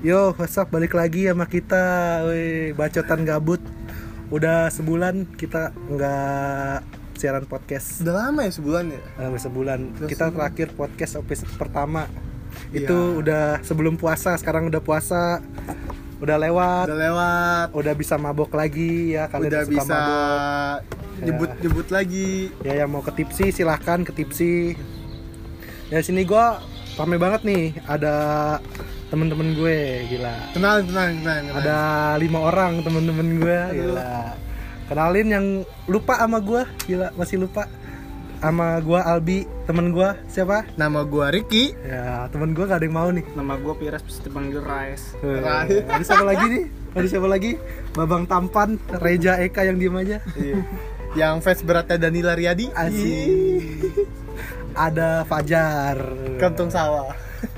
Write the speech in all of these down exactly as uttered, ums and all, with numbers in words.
Yo, what's up? Balik lagi sama kita, weh, bacotan gabut. Udah sebulan kita nggak siaran podcast. Udah lama ya sebulan ya? Udah sebulan. Udah kita sebulan. terakhir podcast episode pertama. Iya. Itu udah sebelum puasa, sekarang udah puasa. Udah lewat. Udah lewat. Udah bisa mabok lagi ya, kalian Udah yang suka bisa mabok. nyebut-nyebut lagi. Ya, yang mau ke tipsi silahkan ke tipsi. Ya sini gua rame banget nih, ada temen-temen gue, gila. Kenalin, kenalin, kenalin. Ada lima orang temen-temen gue, gila. Kenalin yang lupa sama gue, gila, masih lupa. Sama gue Albi, temen gue siapa? Nama gua Ricky. Ya, temen gue gak ada yang mau nih. Nama gue Pires, bisa dipanggil Rais. Rais. Ada siapa lagi nih? Ada siapa lagi? Babang Tampan, Reja Eka yang diem aja. Yang fans beratnya Danila Riyadi. Asik. Ada Fajar. Kantung sawah.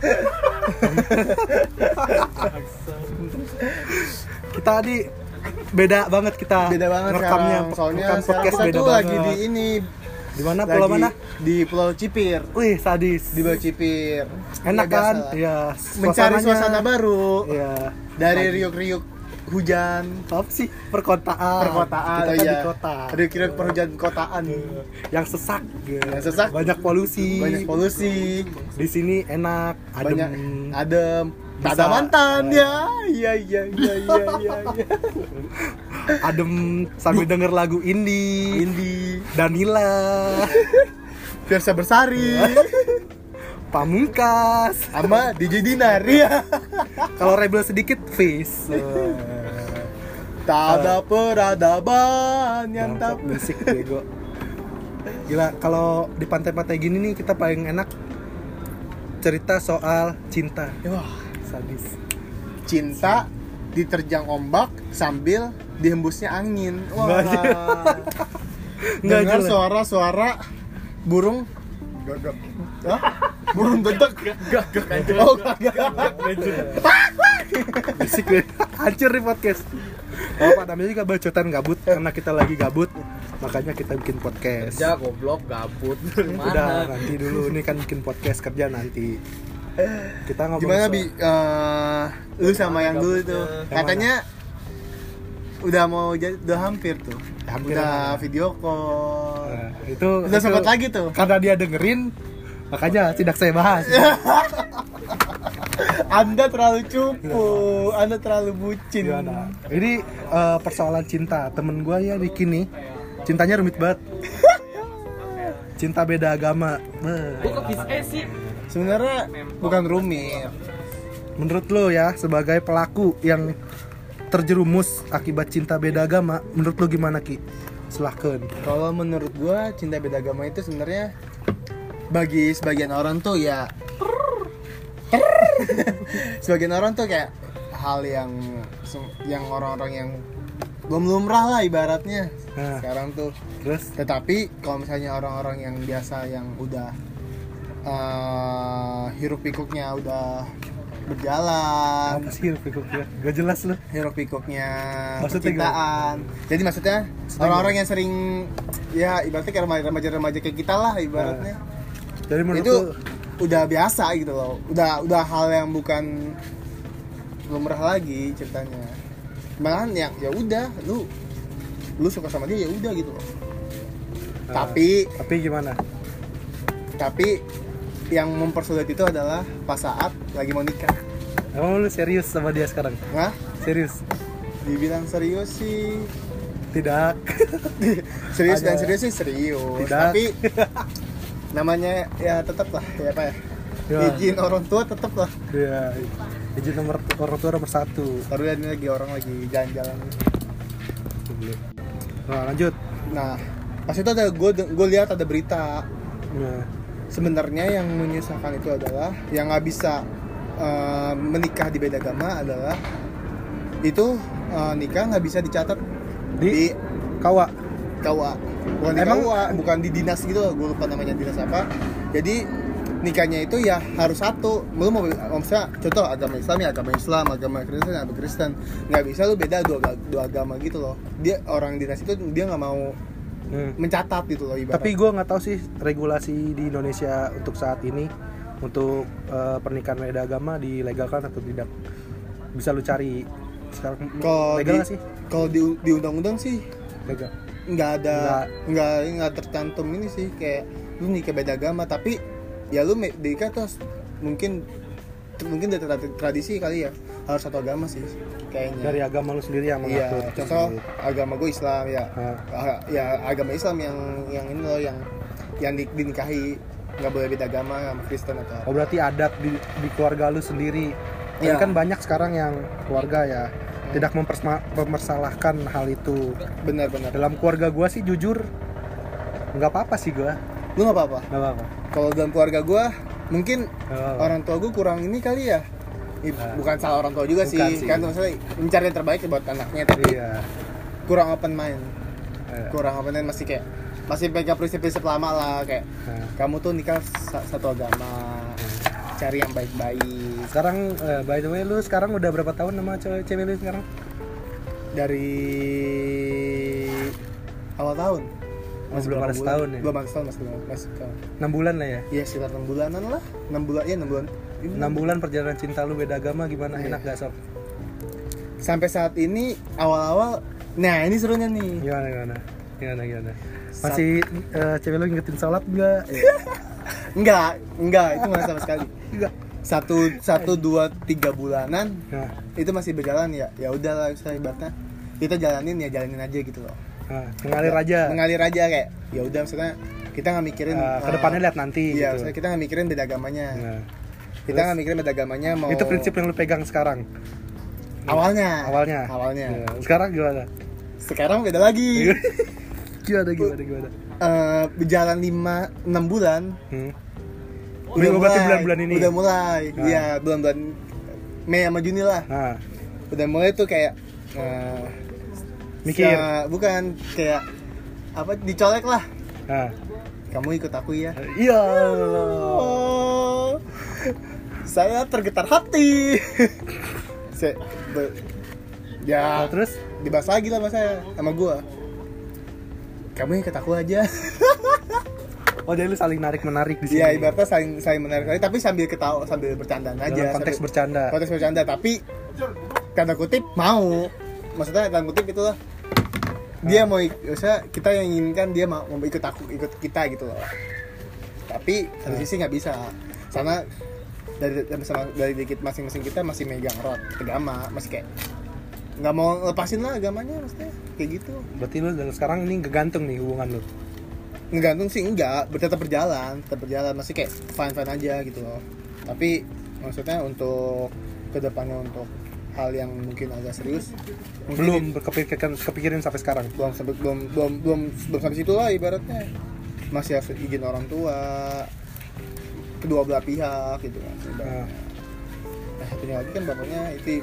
Kita tadi beda banget kita. Beda banget rekamnya, sekarang. Soalnya rekam sekarang podcast kita beda tuh banget. lagi di ini. Di mana? Pulau Lagi mana? Di Pulau Cipir. Wih, sadis. Di Pulau Cipir. Enak Ya, kan? biasa. Ya. Mencari suasananya. suasana baru. Iya. Dari riuk-riuk hujan. Apa sih? Perkotaan. Perkotaan. Kita Oh kan iya. di kota. Riuk-riuk perhujan kotaan. Yang sesak. Yang sesak. Banyak polusi. Banyak polusi. Di sini enak, adem. Banyak adem. Tak Bisa. ada mantan ya. Iya iya iya iya iya. iya. Adem sambil denger lagu indie. Indie. Danila. Fiersa Bersari. Pamungkas. Sama D J Dinar ya. Kalau rebel sedikit face. Tak ada peradaban yang Bangsat tak musik bego. Gila, kalau di pantai-pantai gini nih kita paling enak cerita soal cinta. Wah, Sadis. cinta diterjang ombak sambil dihembusnya angin. Wah. Nggak Dengar jelas. suara-suara burung gagak. Hah? Burung gagak. Gagak aja. Oh, gagak. Musik gue. Hancur nih podcast. Oh, Pak, namanya juga bacotan gabut karena kita lagi gabut, makanya kita bikin podcast. Kerja goblok gabut. Udah, Mana? nanti dulu, ini kan bikin podcast kerja nanti. Kita ngomong Gimana soal- Bi? Eh, lu sama yang dulu itu katanya udah mau jadi, udah hampir tuh. Hampir. Udah video call. Nah, itu Udah itu sempat lagi tuh. karena dia dengerin, makanya tidak saya bahas. Anda terlalu cupu, Anda terlalu bucin. Gimana? Ini eh, persoalan cinta. Temen gue ya Ricky nih, cintanya rumit banget. Cinta beda agama. Beuh. Gue kok bisa eh, sih? Sebenarnya bukan rumit. Menurut lo ya, sebagai pelaku yang terjerumus akibat cinta beda agama, menurut lo gimana Ki? Silahkan. Kalau menurut gua cinta beda agama itu sebenarnya bagi sebagian orang tuh ya sebagian orang tuh kayak hal yang yang orang-orang yang belum lumrah lah ibaratnya. Nah. Sekarang tuh. Terus? Tetapi kalau misalnya orang-orang yang biasa yang udah uh, hiruk pikuknya udah berjalan, Apa sih hiruk pikuknya? Gak jelas lo. hiruk pikuknya Maksudnya percintaan. Jadi maksudnya orang-orang yang sering ya ibaratnya kayak remaja-remaja kayak kita lah ibaratnya. Jadi menurut Itu lo, udah biasa gitu loh. Udah udah hal yang bukan lumrah lagi ceritanya. Malahan yang ya udah lu lu suka sama dia ya udah gitu loh. Nah, Tapi tapi gimana? tapi yang mempersulit itu adalah pas saat lagi mau nikah. Emang lu serius sama dia sekarang? Hah? Serius? Dibilang serius sih Tidak. serius Ada. dan serius sih serius. Tidak. Tapi namanya ya tetap lah ya apa ya? Ya. Izin orang tua tetap lah. Ya, izin nomor orang tua nomor satu. Taruh ini lagi orang lagi jalan-jalan. Nah, lanjut. Nah, pas itu ada gue gue lihat ada berita. Nah, Sebenarnya yang menyusahkan itu adalah yang nggak bisa uh, menikah di beda agama adalah itu uh, nikah nggak bisa dicatat di, di Kawa. K U A. Bukan di Emang? K U A, bukan di dinas gitu, gue lupa namanya dinas apa. Jadi nikahnya itu ya harus satu. Lu mau maksudnya contoh agama Islam ya agama Islam, agama Kristen agama Kristen. Nggak bisa lu beda dua, dua agama gitu loh. Dia orang dinas itu dia nggak mau Hmm. mencatat gitu loh ibarat. Tapi gue nggak tahu sih regulasi di Indonesia untuk saat ini untuk uh, pernikahan beda agama dilegalkan atau tidak. bisa lu cari sekarang Kalau legal di, nggak sih? kalau di, di undang-undang sih Legal. nggak ada nggak nggak tercantum ini sih kayak lu nikah beda agama, tapi ya lu me- nikah terus mungkin mungkin dari tra- tradisi kali ya harus satu agama sih kayaknya. Dari agama lu sendiri yang Iya, mengatur. contoh agama gue Islam ya, Ah. Ah, ya agama Islam yang yang ini loh yang yang di, dinikahi nggak boleh beda agama sama Kristen atau apa. Oh berarti adat di, di keluarga lu sendiri. Dan Iya. kan banyak sekarang yang keluarga ya tidak mempersma- mempersalahkan hal itu. Benar-benar. Dalam keluarga gua sih jujur nggak apa-apa sih gua. Lu nggak apa-apa. Nggak apa-apa. Kalau dalam keluarga gue mungkin Nggak apa-apa. orang tua gue kurang ini kali ya. I- Ah. Bukan salah orang tua juga Bukan sih. sih. Kan maksudnya mencari yang terbaik buat anaknya, tapi Iya. kurang open mind. Eh, Kurang open mind, masih kayak masih pegang prinsip-prinsip lama lah kayak nah. kamu tuh nikah sa- satu agama, cari yang baik-baik. Sekarang eh, by the way lu sekarang udah berapa tahun sama cewek cewek lu sekarang? Dari awal tahun. Oh, belum berapa ada bulan? setahun ya? Belum ada setahun, masih masih setahun. enam bulan lah ya. Iya sekitar enam bulanan lah. enam bulan, ya enam bulan. enam bulan perjalanan cinta lu beda agama gimana? Iya. Enak gak sob? Sampai saat ini awal-awal, nah ini serunya nih. Gimana gimana? Gimana gimana? Masih eh, cewek lu ngingetin sholat enggak? Enggak, enggak, itu nggak sama sekali. Enggak. Satu, satu, dua, tiga bulanan Nah, itu masih berjalan ya. Ya udahlah, saya ibaratnya kita jalanin ya jalanin aja gitu loh. nah, mengalir aja. Mengalir aja kayak, ya udah maksudnya kita nggak mikirin. Eh, eh, kedepannya lihat nanti Iya, gitu. maksudnya kita nggak mikirin beda agamanya. Nah, Kita nggak mikirin beda agamanya mau. itu prinsip yang lu pegang sekarang. Awalnya. Awalnya. Awalnya. Iya. Sekarang gimana? Sekarang beda lagi. Gimana gimana gimana? Eh, berjalan lima enam bulan. Hmm. Udah ngobati bulan-bulan ini. Udah mulai. Nah. Iya, bulan-bulan Mei sama Juni lah. Nah, Udah mulai tuh kayak eh, mikir. sa- bukan kayak apa dicolek lah. Nah. Kamu ikut aku ya. Iya. Oh, saya tergetar hati. saya, be- ya Nah, terus dibahas lagi lah sama saya sama gua. Kamu ikut aku aja. oh jadi lu saling narik menarik di sini. Iya, ibaratnya saling saling menarik kali, tapi sambil ketawa, sambil bercandaan aja. Dalam konteks sambil- bercanda. Konteks bercanda, tapi tanda kutip mau. Maksudnya tanda kutip itulah. Dia mau, ik- maksudnya kita yang inginkan dia mau, mau ikut aku, ikut kita gitu loh. Tapi satu sisi nggak bisa, karena dari dari, sama- dari dikit masing-masing kita masih megang rot agama, masih kayak nggak mau lepasin lah agamanya, maksudnya kayak gitu. Berarti lu dan sekarang ini kegantung nih hubungan lu. Ngegantung sih enggak, ber- tetap berjalan, tetap berjalan, masih kayak fine-fine aja gitu loh. Tapi maksudnya untuk kedepannya untuk hal yang mungkin agak serius, mungkin Belum berkepikiran kepikirin sampai sekarang. belum sampai belum belum belum belum sampai situ lah ibaratnya. Masih harus izin orang tua, kedua belah pihak gitu kan. Nah, Nah, satunya lagi kan bapaknya itu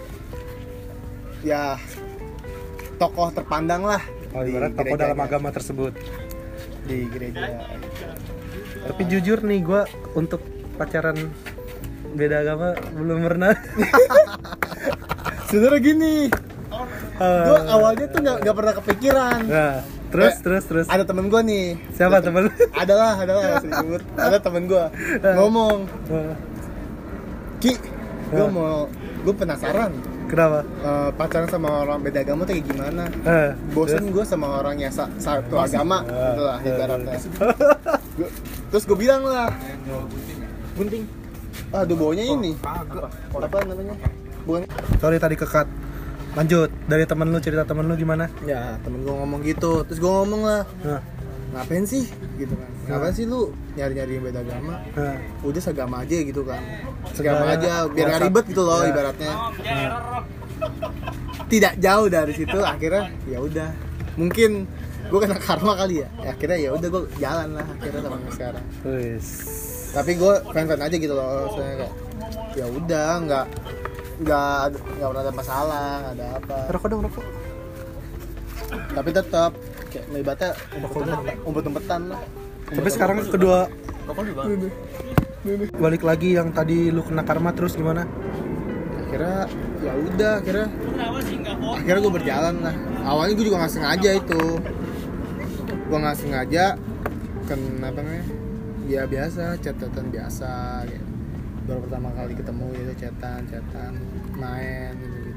ya tokoh terpandang lah. oh di ibarat tokoh gerejanya. dalam agama tersebut. Di gereja. Tapi jujur nih gue untuk pacaran beda agama belum pernah. Sebenarnya gini, Eh, gue awalnya tuh nggak nggak pernah kepikiran. Nah, terus Eh, terus terus. Ada temen gue nih. Siapa temen lu? Adalah, adalah harus disebut. Ada temen gue ngomong, Eh, Ki, gue Eh. mau, gue penasaran Kenapa? eh, pacaran sama orang beda agama tuh kayak gimana. Eh, Bosen gue sama orang yang sa- satu agama, Eh, gitu lah eh, ibaratnya. Gua- Terus gue bilang lah, gunting. Aduh baunya ini. Apa namanya? Bukan. sorry tadi kekat. Lanjut dari temen lu, cerita temen lu gimana? Ya temen gue ngomong gitu, terus gue ngomong lah, Nah, ngapain sih gitu kan? Ngapain sih lu nyari-nyari yang beda agama? nah, Udah segama aja gitu kan, Segala- segama aja biar nggak ribet gitu loh Ya. ibaratnya. Tidak jauh dari situ akhirnya ya udah, mungkin gue kena karma kali ya, ya akhirnya ya udah gue jalan lah akhirnya sama yang sekarang. wis. Tapi gue fan-fan aja gitu loh, soalnya kayak ya udah nggak nggak nggak pernah ada masalah, nggak ada apa. Rokok dong, rokok. Tapi tetap kayak ibaratnya umpet-umpetan, umpet-umpetan lah. Tapi sekarang kedua balik lagi yang tadi lu kena karma terus gimana? Akhirnya ya udah akhirnya akhirnya gue berjalan lah. Awalnya gue juga nggak sengaja itu, gue nggak sengaja kenapa namanya ya biasa chat-chatan biasa kayak baru pertama kali ketemu gitu chatan chatan main gitu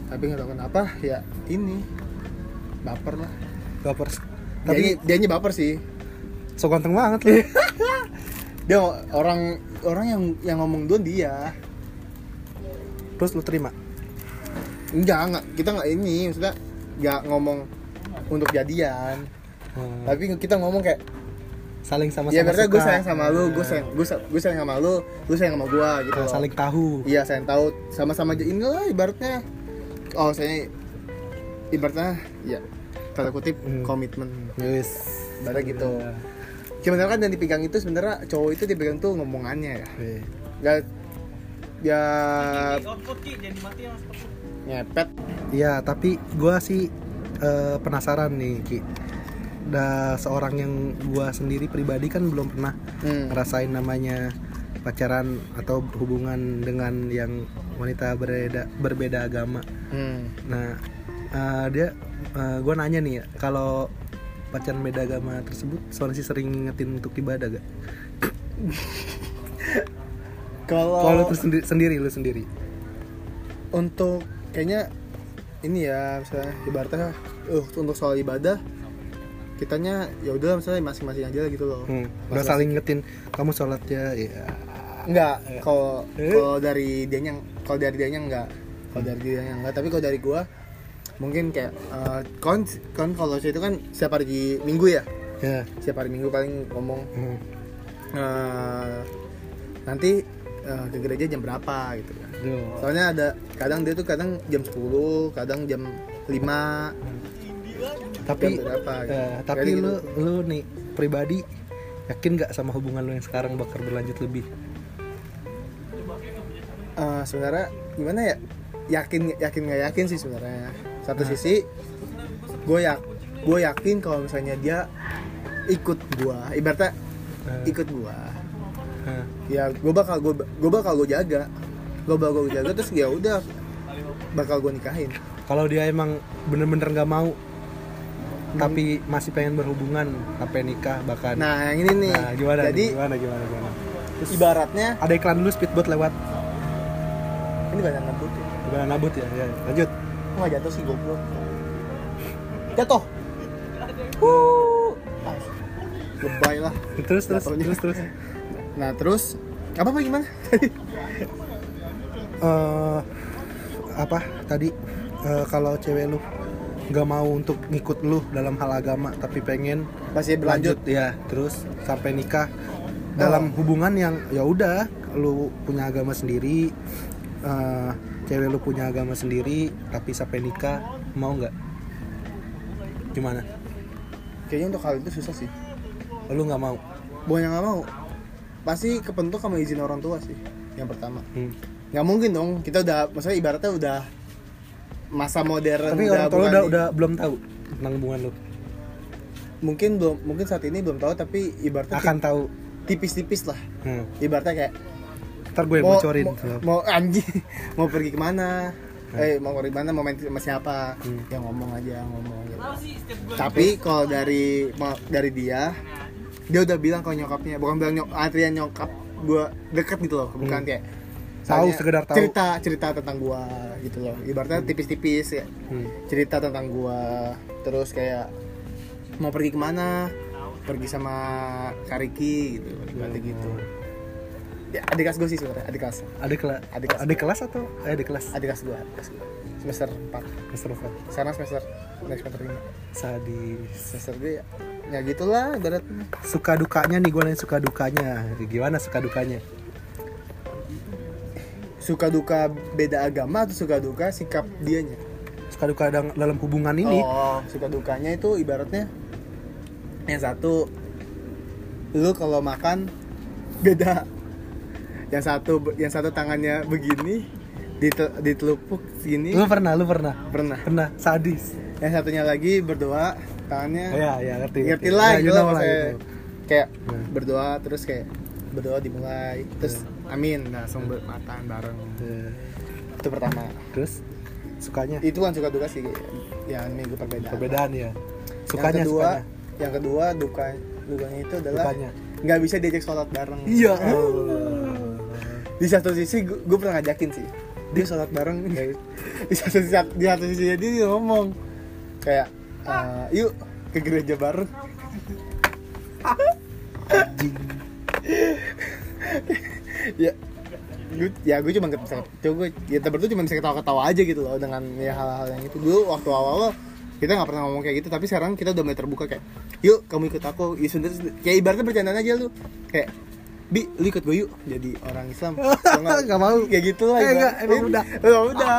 Tapi nggak tahu kenapa ya ini baper lah. Baper. Tapi Tapi dianya baper sih. so ganteng banget lu. Dia orang orang yang yang ngomong duluan dia. Terus lu terima? Enggak, enggak. Kita enggak ini, maksudnya enggak ngomong untuk jadian. Hmm. Tapi kita ngomong kayak Saling sama-sama ya berarti gue suka. sayang sama lu, gue sayang gue gue sayang sama lu, lu sayang sama gue gitu. Nah, loh. saling tahu. Iya, sayang tahu sama-sama aja inilah ibaratnya. Oh, saya ibaratnya ya tanda kutip Hmm. komitmen. Yes. Ibaratnya gitu. Sebenarnya kan yang dipegang itu sebenarnya cowok itu dipegang tuh ngomongannya ya. Iya. Gak ya nyepet. Iya, tapi gua sih eh, penasaran nih Ki. Da seorang yang gua sendiri pribadi kan belum pernah Hmm. ngerasain namanya pacaran atau hubungan dengan yang wanita berbeda berbeda agama. Hmm. Nah, eh, dia eh, gua nanya nih ya, kalau pacaran beda agama tersebut masih sering ngingetin untuk ibadah gak? Kalau Kalau lu tuh sendiri, sendiri lu sendiri. untuk kayaknya ini ya misalnya ibaratnya uh, untuk soal ibadah kitanya ya udah misalnya masing-masing aja gitu loh. Hmm. Udah Masing-masing. saling ngingetin kamu sholatnya ya. Enggak, kalau Eh? kalau dari dianya kalau dari dianya enggak. Kalau dari dianya enggak, tapi kalau dari gua mungkin kayak uh, kon kon kalau saya itu kan setiap hari Minggu ya. Ya. Setiap hari Minggu paling ngomong Hmm. uh, nanti uh, ke gereja jam berapa gitu kan. Duh. Soalnya ada kadang dia tuh kadang jam sepuluh, kadang jam lima. Tapi Jam berapa, gitu. eh, tapi Kayak lu gitu. lu nih pribadi yakin nggak sama hubungan lu yang sekarang bakal berlanjut lebih? Uh, sebenarnya gimana ya? Yakin yakin nggak yakin sih sebenarnya. Satu Nah. sisi gue ya gue yakin kalau misalnya dia ikut gua, ibaratnya Eh, ikut gua, eh. ya gue bakal gue gue bakal gue jaga, gue bakal gue jaga terus ya udah bakal gue nikahin. Kalau dia emang bener-bener nggak mau tapi masih pengen berhubungan sampai nikah bahkan. Nah yang ini nih, Nah, gimana jadi nih? gimana gimana gimana? Terus ibaratnya ada iklan dulu speedboat lewat. ini banyak ngebut ya. Gimana nabut ya? Ya, lanjut. Kok nggak jatuh sih goblok? Jatuh. Wuh. Ah, lebay lah. Terus terus Jatuhnya. terus terus. Nah terus apa apa gimana? Eh, apa tadi eh, kalau cewek lu nggak mau untuk ngikut lu dalam hal agama tapi pengen Masih berlanjut. ya terus sampai nikah dalam hubungan yang ya udah lu punya agama sendiri, eh, cewek lu punya agama sendiri tapi sampai nikah, mau nggak? Gimana? Kayaknya untuk hal itu susah sih. Lu nggak mau? Bukan yang nggak mau. Pasti kepentuk sama izin orang tua sih. Yang pertama. Hmm. Nggak mungkin dong. Kita udah, maksudnya ibaratnya udah masa modern. Tapi udah orang tua lu bukan udah, di- udah belum tahu tentang hubungan lu. Mungkin belum, mungkin saat ini belum tahu. Tapi ibaratnya Akan tahu. tipis-tipis lah. Hmm. Ibaratnya kayak Ntar gue mau, bocorin. mau, mau anjing mau pergi kemana, eh mau pergi kemana, mau main sama siapa, Hmm. ya ngomong aja ngomong gitu. Tapi kalau dari mau dari dia dia udah bilang kalau nyokapnya, bukan bilang nyok artinya nyokap gua deket gitu loh, bukan Hmm. kayak Tahu, misalnya sekedar tahu. cerita cerita tentang gua gitu loh, ibaratnya tipis-tipis ya, Hmm. cerita tentang gua, terus kayak mau pergi kemana, pergi sama Kariki gitu, ibaratnya Hmm. gitu. Ya, adik kelas gue sih sebenarnya, adik kelas, Adik kelas. Adik kelas. Adik kelas atau eh, adik kelas? adik kelas gue, adik kelas gue, semester empat, Mister Fat. sekarang semester next semester lima, Sadis. semester gue ya, ya gitulah ibaratnya. Suka dukanya nih, gue nanya suka dukanya. Gimana suka dukanya? Suka duka beda agama atau suka duka sikap dianya? Suka duka dang- dalam hubungan ini. Oh, suka dukanya itu ibaratnya yang satu, lu kalau makan beda. Yang satu yang satu tangannya begini, ditel- ditelupuk segini. Lu pernah, lu pernah? Pernah. Pernah, sadis. Yang satunya lagi berdoa, tangannya Ya, ya ngerti. ngerti lah Ya, gitu you lah know lah, maksudnya. gitu. Kayak Hmm. berdoa terus kayak berdoa dimulai, terus amin, nah, langsung makan bareng. Eh, Itu pertama. Terus sukanya Itu kan suka duka sih, yang minggu perbedaan. perbedaan ya. Yang Sukanya kedua, sukanya. yang kedua duka dukanya itu adalah Dukanya. nggak bisa diajak sholat bareng. Iya. Allah. Di satu sisi gue pernah ngajakin sih. dia sholat bareng di satu sisi di satu sisi dia ngomong kayak uh, yuk ke gereja bareng. Anjing. ya gue ya gue cuma bisa coba ya temen tuh cuma bisa ketawa-ketawa aja gitu loh dengan ya hal-hal yang itu. Dulu waktu awal-awal kita nggak pernah ngomong kayak gitu, tapi sekarang kita udah mulai terbuka kayak yuk kamu ikut aku ya sudah, kayak ibaratnya bercandaan aja lu kayak Bi, lu ikut gue yuk jadi orang Islam. Nggak mau kayak gitu lah. Eh, enggak, emang udah. Oh, udah.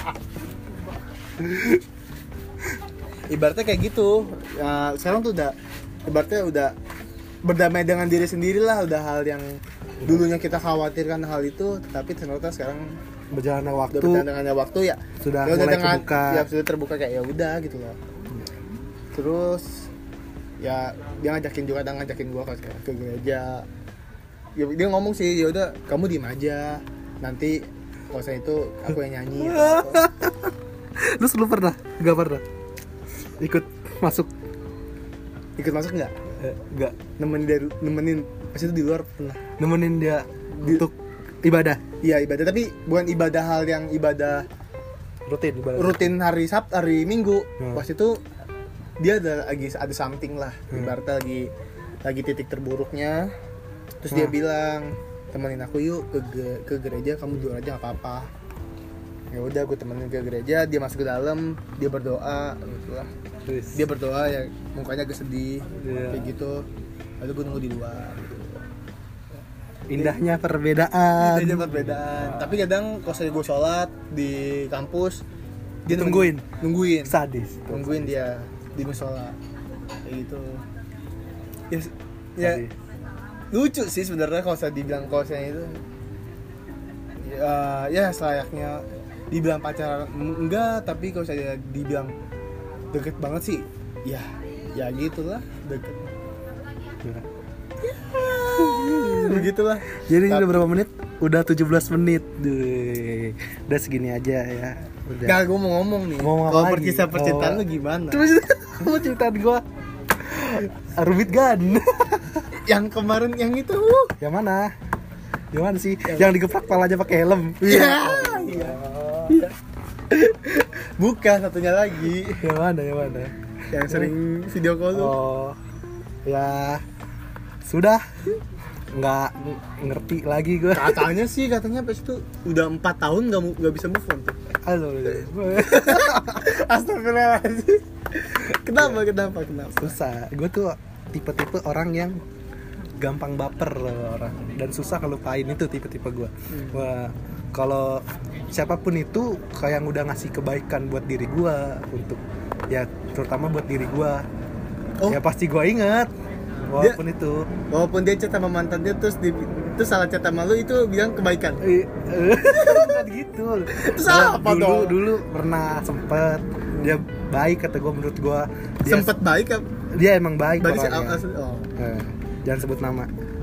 Ibaratnya kayak gitu. Ya, sekarang tuh udah ibaratnya udah berdamai dengan diri sendiri lah, udah hal yang dulunya kita khawatirkan hal itu, tapi ternyata sekarang berjalannya waktu, udah berjalannya waktu ya sudah ya mulai dengan, terbuka. Ya sudah terbuka kayak ya udah gitu loh. Terus ya dia ngajakin juga, ada ngajakin gua ke ke gereja. Ya, dia ngomong sih ya udah kamu diem aja, nanti kosa itu aku yang nyanyi. Lu lu pernah? Gak pernah ikut masuk? Ikut masuk nggak? Eh, gak Nemenin dari nemenin pas itu di luar pernah. nemenin dia Di- untuk ibadah Iya ibadah, tapi bukan ibadah hal yang ibadah rutin ibadah. rutin hari Sabtu, hari Minggu. Hmm. Pas itu dia ada lagi ada something lah, Hmm. ibaratnya lagi lagi titik terburuknya. Terus dia Hmm. bilang temenin aku yuk ke ge- ke gereja, kamu duluan aja nggak apa-apa. Ya udah gue temenin ke gereja, dia masuk ke dalam, dia berdoa gitu lah. Terus. Dia berdoa ya mukanya agak sedih Iya. kayak gitu. Lalu gue nunggu di luar gitu. Indahnya perbedaan. Itu aja perbedaan. Tapi kadang kalau saya gue sholat di kampus dia Tungguin? nunggu- nungguin Sadis. nungguin dia di musola kayak gitu. Ya, ya Sadis. lucu sih sebenarnya kalau saya dibilang kalau saya itu ya, ya selayaknya dibilang pacaran enggak, tapi kalau saya dibilang deket banget sih ya ya gitulah deket. Ya. Begitulah. Jadi Tapi- udah berapa menit? Udah tujuh belas menit. Duh. Udah segini aja ya. Udah. Nggak, gue mau ngomong nih. Mau apa Kalau lagi? berkisah percintaan Oh. lu gimana? Terus mau ceritain gua Rumit Gan. Yang kemarin yang itu. uh. Yang mana? Yang mana sih? Yang digeplak palanya pakai helm. Iya. Iya. Iya. Bukan satunya lagi. Yang mana? Yang mana? Yang sering video call lu. Oh. Ya. Sudah. Nggak ng- ngerti lagi gua. Katanya sih, katanya pas itu udah empat tahun nggak mu- nggak bisa move on tuh. Aduh. Astagfirullahaladzim. Kenapa? Kenapa? Kenapa? Susah. Gue tuh tipe-tipe orang yang gampang baper loh, orang, dan susah ngelupain. Itu tipe-tipe gue. Hmm. Wah, kalau siapapun itu kayak yang udah ngasih kebaikan buat diri gue, untuk ya terutama buat diri gue, Oh. ya pasti gue inget walaupun itu. Walaupun dia chat sama mantannya terus di, terus salah chat sama lu, itu bilang kebaikan. Eh, eh, bukan gitu. Terus Nah, apa dulu, dong? Dulu pernah sempet dia baik kata gue, menurut gue. Dia, Sempet baik kan? dia emang baik Baik sih. orangnya. Oh. Eh, jangan sebut nama.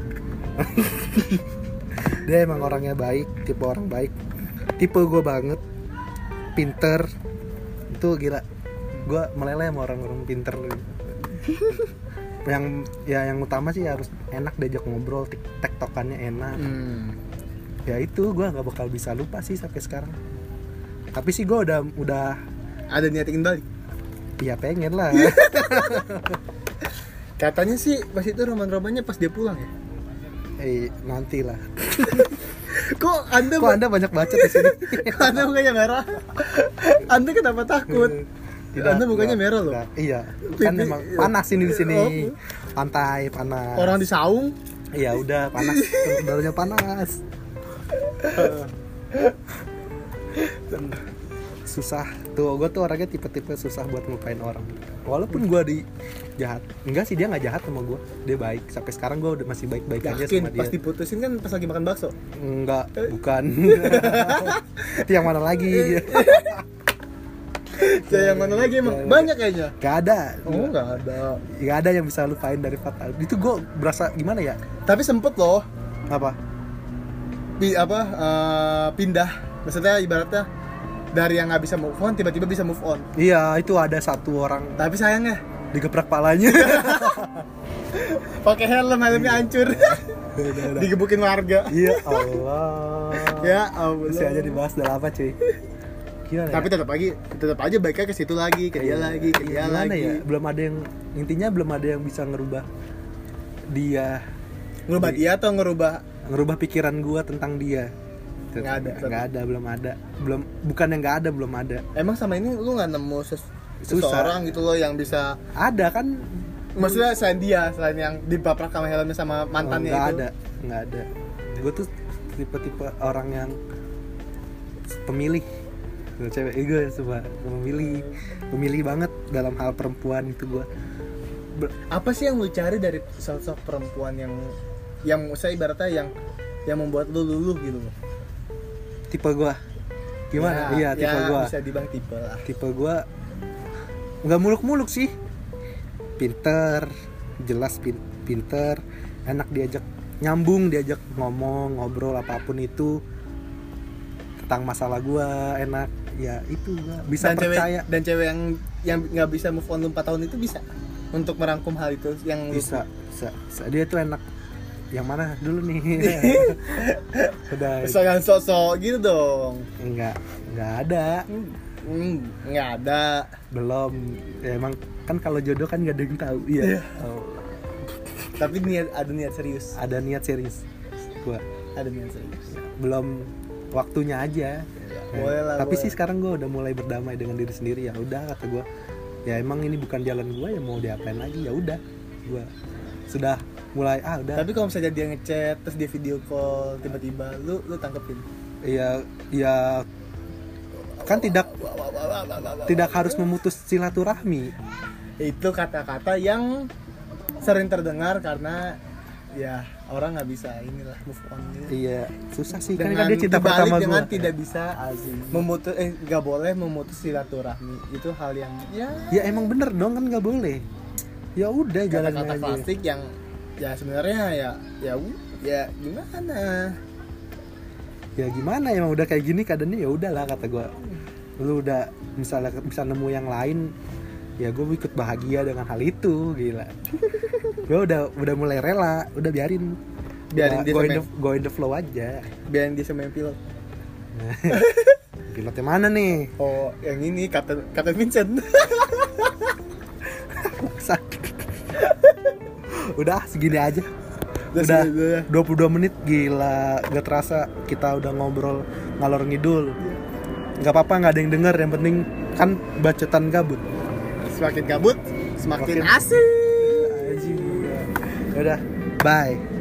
Dia emang orangnya baik, tipe orang baik, tipe gue banget, pinter, itu gila. Gue meleleh sama orang-orang pinter. Yang ya yang utama sih harus enak diajak ngobrol, tik- tektokannya enak. Hmm. Ya itu gue nggak bakal bisa lupa sih sampai sekarang. Tapi sih gue udah udah Ada niatin balik. ya pengen lah. Katanya sih pas itu roman-romannya pas dia pulang ya. Eh nanti lah. Kok anda Kok anda banyak baca di sini? Kok anda mukanya merah? Anda kenapa takut? Tidak, Anda mukanya tidak, merah loh. tidak. Iya, kan Pipi- memang panas ini di sini. Oh. Pantai panas. Orang di saung. Iya udah panas, barunya panas. Susah tuh, gue tuh orangnya tipe-tipe susah buat ngelupain orang. Walaupun gue di jahat, enggak sih, dia nggak jahat sama gue, dia baik. Sampai sekarang gue udah masih baik-baik aja Yakin sama dia. pas diputusin kan pas lagi makan bakso. Enggak, bukan. Itu yang mana lagi? Saya yang mana lagi emang? Banyak kayaknya. Gak ada. Oh nggak ada. Gak ada yang bisa lupain dari fatal. Itu gue berasa gimana ya? Tapi sempet loh. Apa? Pi, apa eh, pindah. Maksudnya ibaratnya dari yang nggak bisa move on tiba-tiba bisa move on. Iya, itu ada satu orang. Tapi sayangnya Digebrak palanya. Pakai helm, helmnya hancur. Udah, udah. Digebukin warga. Iya Allah. Ya Allah. Masih aja dibahas udah lama cuy. Gimana Tapi ya? tetap lagi, tetap aja baiknya ke situ lagi, ke dia lagi, ke dia Gimana lagi. ya? Belum ada yang intinya belum ada yang bisa ngerubah dia, Ngerubah Di- dia atau ngerubah ngerubah pikiran gua tentang dia. Nggak ada. Nggak ada, belum ada. Belum bukan yang nggak ada, belum ada. emang sama ini lu nggak nemu ses- Susah. seseorang gitu loh yang bisa, Ada kan? maksudnya selain dia, selain yang dibaprak sama helmnya sama mantannya nggak itu. ada, nggak ada. Gue tuh tipe-tipe orang yang pemilih. Gua cewek gue coba pemilih, pemilih banget dalam hal perempuan itu gue. Apa sih yang lu cari dari sosok perempuan yang yang saya ibaratnya yang yang membuat lu luluh gitu loh? Tipe gue gimana? Ya, iya tipe ya, gue. bisa dibilang tipe lah. Tipe gue nggak muluk-muluk sih, pinter, jelas pin- pinter, enak diajak nyambung, diajak ngomong, ngobrol apapun itu tentang masalah gue enak, ya itu gue bisa dan percaya. cewek, dan cewek yang yang nggak bisa move on lu empat tahun itu bisa untuk merangkum hal itu yang lu- bisa, bisa, bisa. Dia tuh enak. Yang mana dulu nih? Udah jangan sok-sok gitu dong. enggak, enggak ada, Hmm, nggak ada. belum. Ya, emang kan kalau jodoh kan nggak ada yang tahu. Iya. Iya. Oh, Tapi niat, ada niat serius. ada niat serius. Gua Ada niat serius. belum waktunya aja. Boleh lah, Tapi boleh. sih sekarang gue udah mulai berdamai dengan diri sendiri, ya udah kata gue. Ya emang ini bukan jalan gue, ya mau diapain lagi, ya udah. Gue sudah mulai ah udah. Tapi kalau misalnya dia ngechat terus dia video call tiba-tiba lu lu tangkepin. ya ya kan tidak tidak harus memutus silaturahmi. Itu kata-kata yang sering terdengar karena ya orang nggak bisa inilah move on gitu. Iya, susah sih kan Dengan kan dia cinta dibalik pertama dengan gue. tidak bisa memutus eh nggak boleh memutus silaturahmi, itu hal yang ya Ya emang bener dong kan nggak boleh. Ya udah jalannya kata-kata aja. klasik yang ya sebenarnya ya ya u- ya gimana. Ya gimana emang udah kayak gini keadaannya, ya udahlah kata gue. Lu udah misalnya bisa nemu yang lain, ya gue ikut bahagia dengan hal itu, gila. Gue udah udah mulai rela, udah biarin Biarin Udah dia go in, sama- the, go in the flow aja. Biarin dia sama yang pilot. Pilotnya mana nih? Oh, yang ini kata kata Vincent. Udah segini aja. Udah Udah segini dulu ya. dua puluh dua menit, gila. Gak terasa kita udah ngobrol ngalor ngidul. Gak apa-apa, gak ada yang denger, yang penting kan bacotan gabut. Semakin gabut, semakin Semakin- asik. Udah, bye.